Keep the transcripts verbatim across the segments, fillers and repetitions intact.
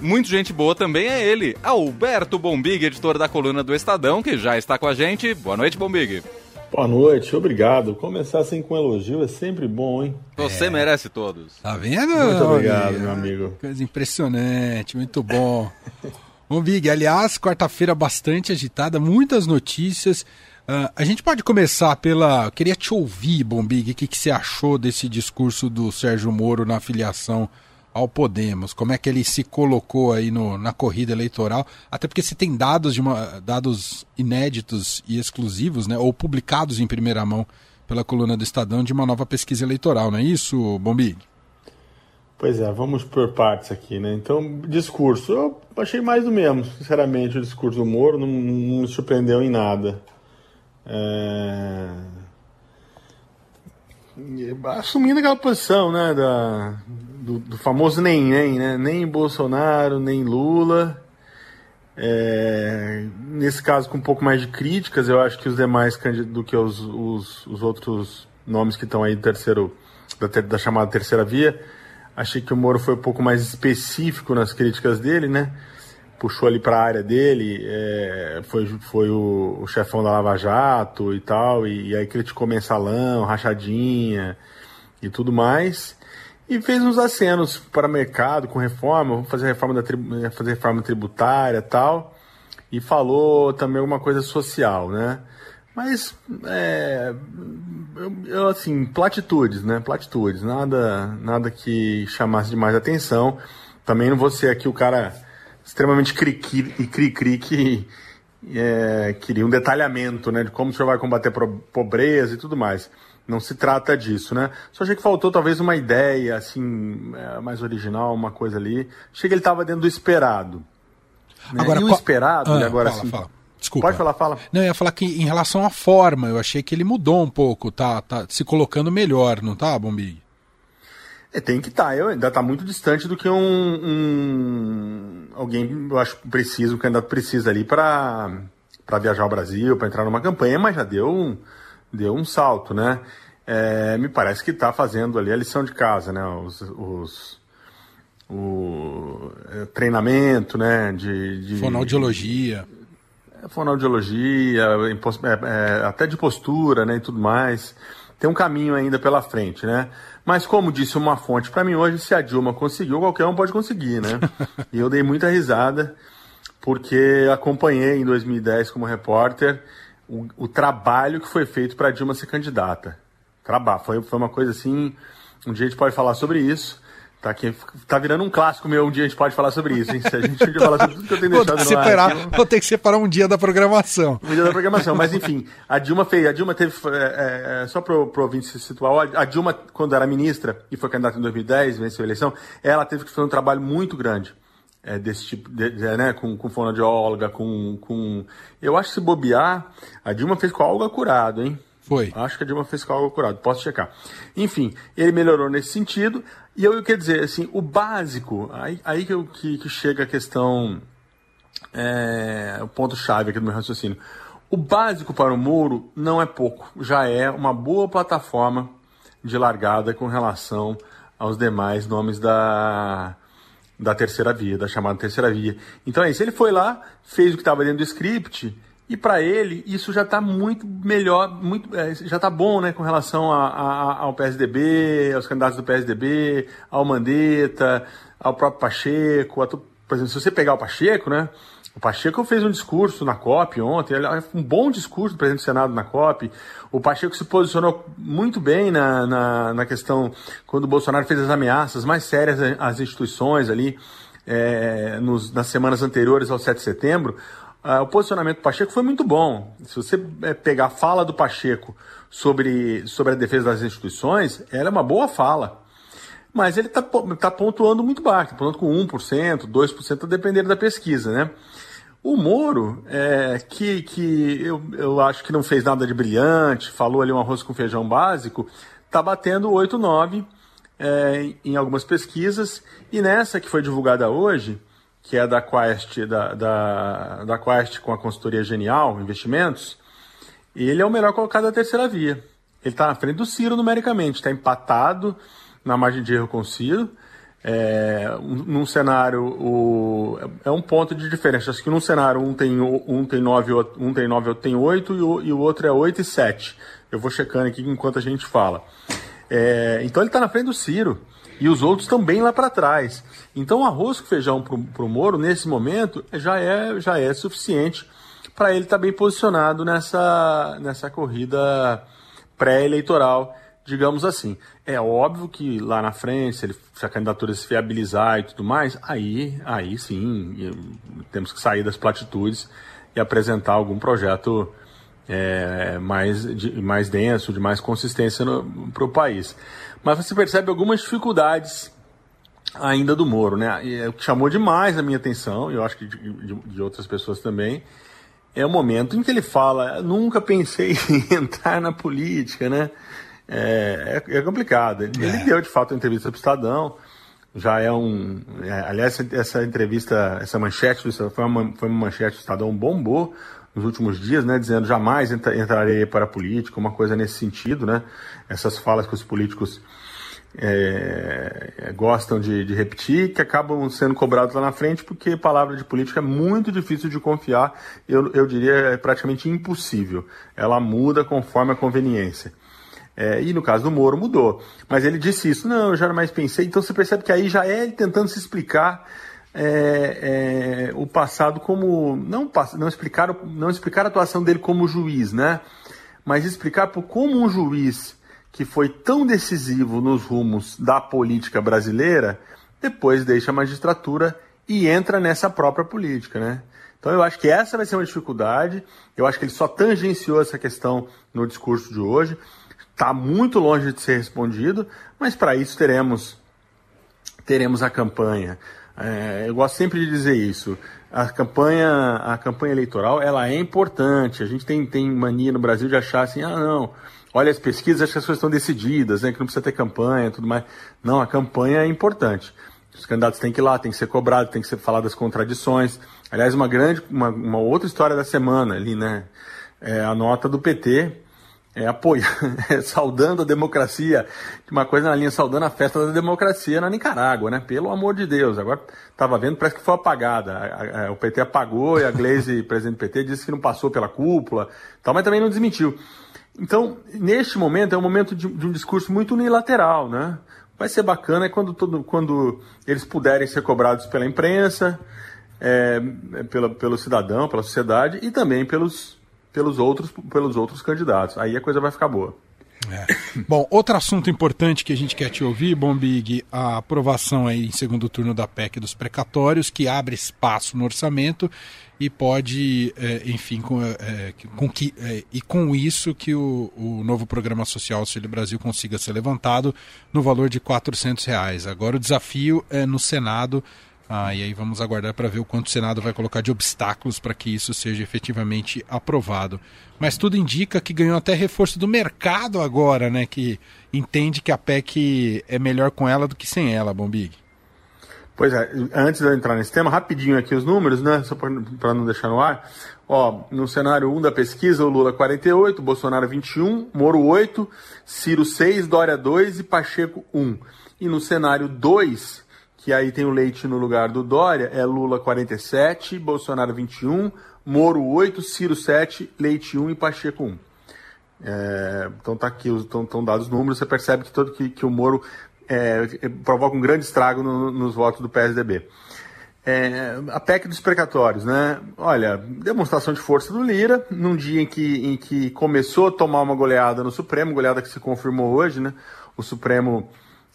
muito gente boa também é ele, Alberto Bombig, editor da coluna do Estadão, que já está com a gente. Boa noite, Bombig. Boa noite, obrigado. Começar assim com elogio é sempre bom, hein? Você é. merece todos. Tá vendo? Muito obrigado, meu amigo. Coisa impressionante, muito bom. Bombig, aliás, quarta-feira bastante agitada, muitas notícias. Uh, a gente pode começar pela... Eu queria te ouvir, Bombig, o que, que você achou desse discurso do Sérgio Moro na filiação ao Podemos? Como é que ele se colocou aí no, na corrida eleitoral? Até porque você tem dados, de uma, dados inéditos e exclusivos, né, ou publicados em primeira mão pela coluna do Estadão de uma nova pesquisa eleitoral, não é isso, Bombig? Pois é, vamos por partes aqui, né? Então, discurso, eu achei mais do mesmo, sinceramente, o discurso do Moro não, não me surpreendeu em nada. É... Assumindo aquela posição, né, da, do, do famoso nem, nem, né? Nem Bolsonaro, nem Lula. É... Nesse caso, com um pouco mais de críticas, eu acho que os demais candidatos, do que os, os, os outros nomes que estão aí do terceiro, da, ter, da chamada terceira via, achei que o Moro foi um pouco mais específico nas críticas dele, né? Puxou ali para a área dele, é, foi, foi o, o chefão da Lava Jato e tal, e, e aí criticou mensalão, rachadinha e tudo mais, e fez uns acenos para o mercado com reforma, vamos fazer reforma, da tribu, fazer reforma tributária e tal, e falou também alguma coisa social, né? Mas, é, eu, eu, assim, platitudes, né? Platitudes, nada, nada que chamasse demais atenção. Também não vou ser aqui o cara extremamente cri-cri e cri-cri que é, queria um detalhamento, né, de como o senhor vai combater pro- pobreza e tudo mais. Não se trata disso, né? Só achei que faltou talvez uma ideia, assim, é, mais original, uma coisa ali. Achei que ele estava dentro do esperado. Né? Agora, e o qual... esperado, ah, e agora fala, assim... fala. Desculpa. Pode falar, fala. Não, eu ia falar que em relação à forma, eu achei que ele mudou um pouco, tá, tá se colocando melhor, não tá, Bombig? É, tem que estar, tá. ainda está muito distante do que um, um alguém, eu acho, preciso, um candidato precisa ali para para viajar ao Brasil, para entrar numa campanha, mas já deu um, deu um salto, né? É, me parece que está fazendo ali a lição de casa, né? Os, os, o é, treinamento, né? De, de fonoaudiologia. É, fonoaudiologia, é, é, até de postura, né? E tudo mais. Tem um caminho ainda pela frente, né? Mas como disse uma fonte para mim hoje, se a Dilma conseguiu, qualquer um pode conseguir, né? E eu dei muita risada, porque acompanhei em dois mil e dez como repórter o, o trabalho que foi feito para a Dilma ser candidata. Trabalho, foi, foi uma coisa assim, um dia a gente pode falar sobre isso. Tá, aqui, tá virando um clássico meu, um dia a gente pode falar sobre isso, hein? Se a gente podia falar sobre tudo que eu tenho deixado no separar, ar. Aqui, vou ter que separar um dia da programação. Um dia da programação, mas enfim, a Dilma fez, a Dilma teve, é, é, só para o ouvinte se situar, a Dilma, quando era ministra e foi candidata em dois mil e dez, venceu a eleição, ela teve que fazer um trabalho muito grande, é, desse tipo, de, de, né, com, com fonoaudióloga, com, com... Eu acho que se bobear, a Dilma fez com a Olga Curado, hein? Foi. Acho que a Dilma fez com a Olga Curado, posso checar. Enfim, ele melhorou nesse sentido. E eu quero dizer, assim, o básico, aí, aí que, eu, que, que chega a questão, é, o ponto-chave aqui do meu raciocínio. O básico para o Moro não é pouco, já é uma boa plataforma de largada com relação aos demais nomes da, da terceira via, da chamada terceira via. Então é isso, ele foi lá, fez o que estava dentro do script, e para ele isso já está muito melhor, muito, é, já está bom, né, com relação a, a, ao P S D B, aos candidatos do P S D B, ao Mandetta, ao próprio Pacheco. A, por exemplo, se você pegar o Pacheco, né, o Pacheco fez um discurso na COP ontem, um bom discurso do presidente do Senado na COP. O Pacheco se posicionou muito bem na, na, na questão, quando o Bolsonaro fez as ameaças mais sérias às instituições ali, é, nos, nas semanas anteriores ao sete de setembro. Uh, o posicionamento do Pacheco foi muito bom. Se você é, pegar a fala do Pacheco sobre, sobre a defesa das instituições, ela é uma boa fala. Mas ele está tá pontuando muito baixo, está pontuando com um por cento, dois por cento, a depender da pesquisa, né? O Moro, é, que, que eu, eu acho que não fez nada de brilhante, falou ali um arroz com feijão básico, está batendo oito, nove é, em algumas pesquisas. E nessa que foi divulgada hoje, que é da Quest, da, da, da Quest com a consultoria Genial Investimentos, ele é o melhor colocado da terceira via. Ele está na frente do Ciro numericamente, está empatado na margem de erro com o Ciro, É, um, num cenário, o, é um ponto de diferença. Acho que num cenário um tem, um tem nove, um tem nove, outro tem oito, e o, e o outro é oito e sete. Eu vou checando aqui enquanto a gente fala. É, então ele está na frente do Ciro, e os outros estão bem lá para trás. Então o arroz com feijão para o Moro, nesse momento, já é, já é suficiente para ele estar tá bem posicionado nessa, nessa corrida pré-eleitoral, digamos assim. É óbvio que lá na frente, se, ele, se a candidatura se viabilizar e tudo mais, aí, aí sim, temos que sair das platitudes e apresentar algum projeto é, mais, de, mais denso, de mais consistência para o país. Mas você percebe algumas dificuldades ainda do Moro, né? E, o que chamou demais a minha atenção, e eu acho que de, de, de outras pessoas também, é o momento em que ele fala: nunca pensei em entrar na política, né? É, é, é complicado. Ele, é. ele deu, de fato, a entrevista para o Estadão. Já é um... É, aliás, essa entrevista, essa manchete, foi uma, foi uma manchete do Estadão, bombou nos últimos dias, né? Dizendo: jamais entra, entrarei para a política, uma coisa nesse sentido, né? Essas falas que os políticos é, gostam de, de repetir, que acabam sendo cobrados lá na frente, porque palavra de política é muito difícil de confiar. Eu, eu diria, é praticamente impossível. Ela muda conforme a conveniência. É, e no caso do Moro mudou, mas ele disse isso: não, eu jamais pensei. Então você percebe que aí já é ele tentando se explicar é, é, o passado como, não, não, explicar, não explicar a atuação dele como juiz, né? Mas explicar por como um juiz que foi tão decisivo nos rumos da política brasileira, depois deixa a magistratura e entra nessa própria política, né? Então eu acho que essa vai ser uma dificuldade. Eu acho que ele só tangenciou essa questão no discurso de hoje. Está muito longe de ser respondido, mas para isso teremos, teremos a campanha. É, eu gosto sempre de dizer isso. A campanha, a campanha eleitoral, ela é importante. A gente tem, tem mania no Brasil de achar assim: ah, não, olha as pesquisas, acho que as coisas estão decididas, né, que não precisa ter campanha e tudo mais. Não, a campanha é importante. Os candidatos têm que ir lá, tem que ser cobrado, tem que ser falado das contradições. Aliás, uma grande, uma, uma outra história da semana ali, né? É a nota do P T, É, apoia, é, saudando a democracia, uma coisa na linha, saudando a festa da democracia na Nicarágua, né? Pelo amor de Deus. Agora estava vendo, parece que foi apagada. A, a, o P T apagou e a Gleisi, presidente do P T, disse que não passou pela cúpula, tal, mas também não desmentiu. Então, neste momento, é um momento de, de um discurso muito unilateral, né? Vai ser bacana quando, todo, quando eles puderem ser cobrados pela imprensa, é, pela, pelo cidadão, pela sociedade e também pelos pelos outros, pelos outros candidatos. Aí a coisa vai ficar boa. É. Bom, outro assunto importante que a gente quer te ouvir, Bombig, a aprovação aí em segundo turno da P E C dos precatórios, que abre espaço no orçamento e pode, é, enfim, com, é, com que, é, e com isso que o, o novo Programa Social Auxílio Brasil consiga ser levantado no valor de quatrocentos reais. Agora o desafio é no Senado. Ah, e aí vamos aguardar para ver o quanto o Senado vai colocar de obstáculos para que isso seja efetivamente aprovado. Mas tudo indica que ganhou até reforço do mercado agora, né? Que entende que a P E C é melhor com ela do que sem ela, Bombig. Pois é, antes de eu entrar nesse tema, rapidinho aqui os números, né? Só para não deixar no ar. Ó, no cenário um da pesquisa, o Lula quarenta e oito, Bolsonaro vinte e um, Moro oito, Ciro seis, Dória dois e Pacheco um. E no cenário dois, que aí tem o Leite no lugar do Dória, é Lula quarenta e sete, Bolsonaro vinte e um, Moro oito, Ciro sete, Leite um e Pacheco um. É, então tá aqui, estão dados os números, você percebe que, todo, que, que o Moro é, provoca um grande estrago no, nos votos do P S D B. É, a P E C dos precatórios, né? Olha, demonstração de força do Lira, num dia em que, em que começou a tomar uma goleada no Supremo, goleada que se confirmou hoje, né? O Supremo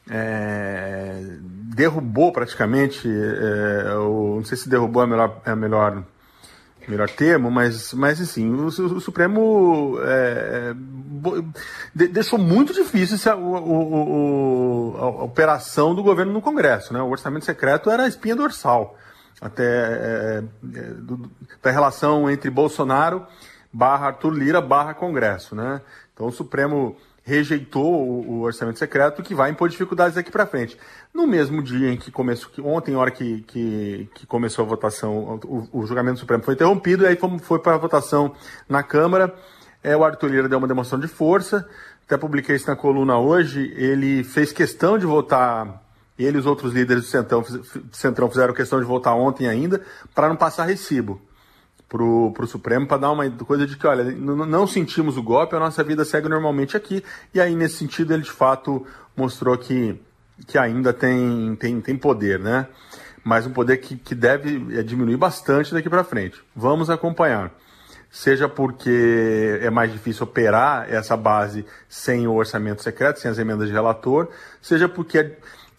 É, derrubou praticamente, é, o, não sei se derrubou é, melhor, é a melhor, melhor termo, mas, mas assim, o, o Supremo é, de, deixou muito difícil essa, o, o, o, a operação do governo no Congresso, né? O orçamento secreto era a espinha dorsal até é, é, do, da relação entre Bolsonaro barra Arthur Lira barra Congresso, né? Então o Supremo rejeitou o, o orçamento secreto, que vai impor dificuldades daqui para frente. No mesmo dia em que começou, ontem, hora que, que, que começou a votação, o, o julgamento do Supremo foi interrompido, e aí foi, foi para a votação na Câmara. É, o Arthur Lira deu uma demonstração de força, até publiquei isso na coluna hoje, ele fez questão de votar Ele e os outros líderes do Centrão, Centrão fizeram questão de votar ontem ainda, para não passar recibo pro, pro Supremo, para dar uma coisa de que, olha, não, não sentimos o golpe, a nossa vida segue normalmente aqui. E aí, nesse sentido, ele de fato mostrou que, que ainda tem, tem, tem poder, né? Mas um poder que, que deve diminuir bastante daqui para frente. Vamos acompanhar. Seja porque é mais difícil operar essa base sem o orçamento secreto, sem as emendas de relator, seja porque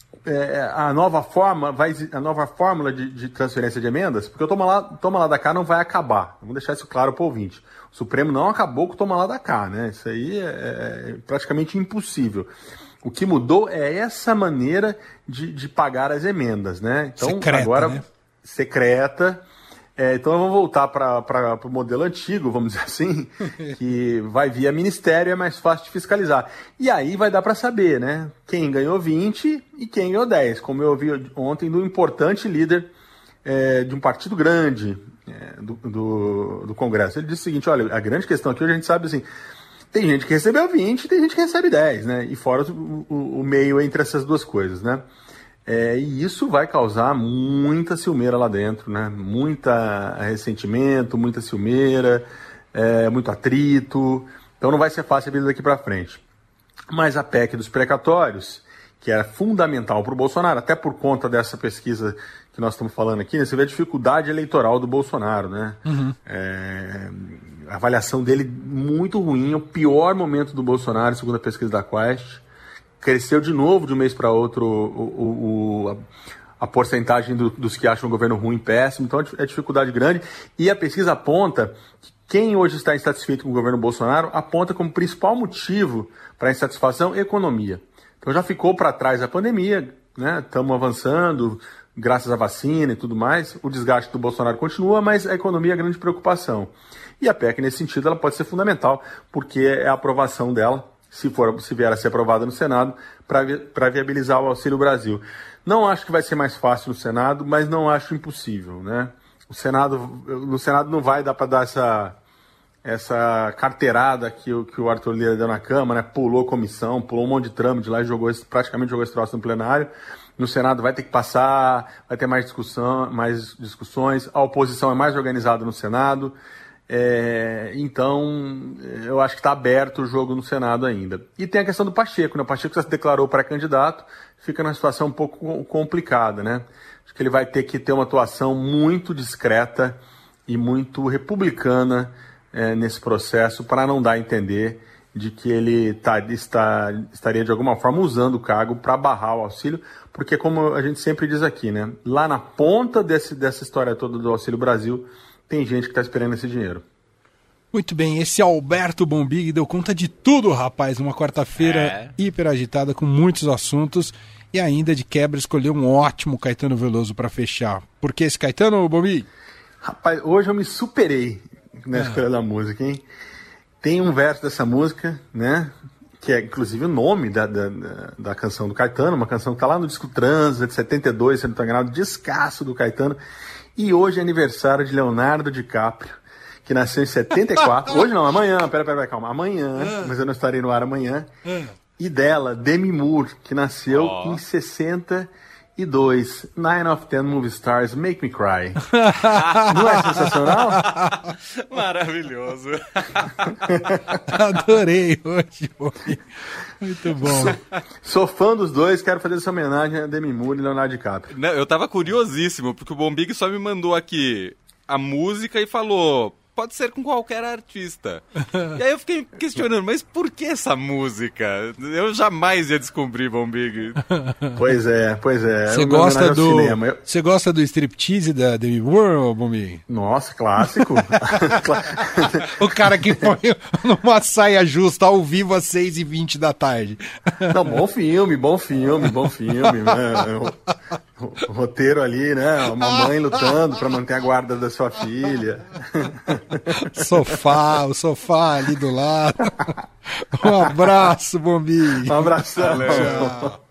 é, a nova forma, vai, a nova fórmula de, de transferência de emendas, porque o toma lá, toma lá da cá não vai acabar. Vamos deixar isso claro para o ouvinte. O Supremo não acabou com o toma lá da cá, né? Isso aí é, é praticamente impossível. O que mudou é essa maneira de, de pagar as emendas, né? Então, secreta, agora, né? secreta. É, então, vamos voltar para o modelo antigo, vamos dizer assim, que vai via ministério, é mais fácil de fiscalizar. E aí vai dar para saber, né? Quem ganhou vinte e quem ganhou dez. Como eu ouvi ontem do importante líder é, de um partido grande é, do, do, do Congresso. Ele disse o seguinte, olha, a grande questão aqui, a gente sabe assim... Tem gente que recebeu vinte, tem gente que recebe dez, né? E fora o, o, o meio entre essas duas coisas, né? É, e isso vai causar muita ciumeira lá dentro, né? Muita ressentimento, muita ciumeira, é, muito atrito. Então não vai ser fácil a vida daqui para frente. Mas a P E C dos precatórios, que era fundamental para o Bolsonaro, até por conta dessa pesquisa que nós estamos falando aqui, né? Você vê a dificuldade eleitoral do Bolsonaro, né? Uhum. É, a avaliação dele muito ruim, o pior momento do Bolsonaro, segundo a pesquisa da Quest. Cresceu de novo de um mês para outro o, o, o, a, a porcentagem do, dos que acham o governo ruim péssimo, então é dificuldade grande. E a pesquisa aponta que quem hoje está insatisfeito com o governo Bolsonaro aponta como principal motivo para a insatisfação economia. Então já ficou para trás a pandemia, né? Estamos avançando, graças à vacina e tudo mais. O desgaste do Bolsonaro continua, mas a economia é a grande preocupação. E a P E C, nesse sentido, ela pode ser fundamental, porque é a aprovação dela, se, for, se vier a ser aprovada no Senado, para viabilizar o Auxílio Brasil. Não acho que vai ser mais fácil no Senado, mas não acho impossível, né? O Senado, no Senado não vai dar para dar essa, essa carteirada que o, que o Arthur Lira deu na Câmara, né? Pulou comissão, pulou um monte de trâmite lá e jogou esse, praticamente jogou esse troço no plenário. No Senado vai ter que passar, vai ter mais discussão, mais discussões, a oposição é mais organizada no Senado. É, então, eu acho que está aberto o jogo no Senado ainda. E tem a questão do Pacheco, né? O Pacheco já se declarou pré-candidato, fica numa situação um pouco complicada, né? Acho que ele vai ter que ter uma atuação muito discreta e muito republicana é, nesse processo para não dar a entender de que ele tá, está, estaria de alguma forma usando o cargo para barrar o auxílio, porque como a gente sempre diz aqui, né? Lá na ponta desse, dessa história toda do Auxílio Brasil, tem gente que está esperando esse dinheiro. Muito bem, esse Alberto Bombig deu conta de tudo, rapaz. Uma quarta-feira é. hiper agitada com muitos assuntos e ainda de quebra escolheu um ótimo Caetano Veloso para fechar. Por que esse Caetano, Bombig? Rapaz, hoje eu me superei na é. escolha da música, hein? Tem um verso dessa música, né? Que é inclusive o nome da, da, da canção do Caetano, uma canção que está lá no disco Transa de setenta e dois, se não estou enganado, descasso do Caetano. E hoje é aniversário de Leonardo DiCaprio, que nasceu em setenta e quatro. Hoje não, amanhã, pera, pera, pera, calma. Amanhã, ah. mas eu não estarei no ar amanhã. Ah. E dela, Demi Moore, que nasceu oh. em sessenta e dois. Nine of Ten Movie Stars, Make Me Cry. Não é sensacional? Maravilhoso. Adorei hoje, muito bom. Sou, sou fã dos dois, quero fazer essa homenagem a Demi Moore e Leonardo DiCaprio. Não, eu tava curiosíssimo, porque o Bombig só me mandou aqui a música e falou... Pode ser com qualquer artista. E aí eu fiquei questionando, mas por que essa música? Eu jamais ia descobrir, Bombig. Pois é, pois é. Você gosta do Você eu... gosta do striptease da Demi Moore, Bombig? Nossa, clássico. O cara que põe numa saia justa ao vivo às seis e vinte da tarde. Não, bom filme, bom filme, bom filme. Né? O, o roteiro ali, né? Uma mãe lutando para manter a guarda da sua filha. Sofá, o sofá ali do lado. Um abraço, Bombig. Um abração. Tchau.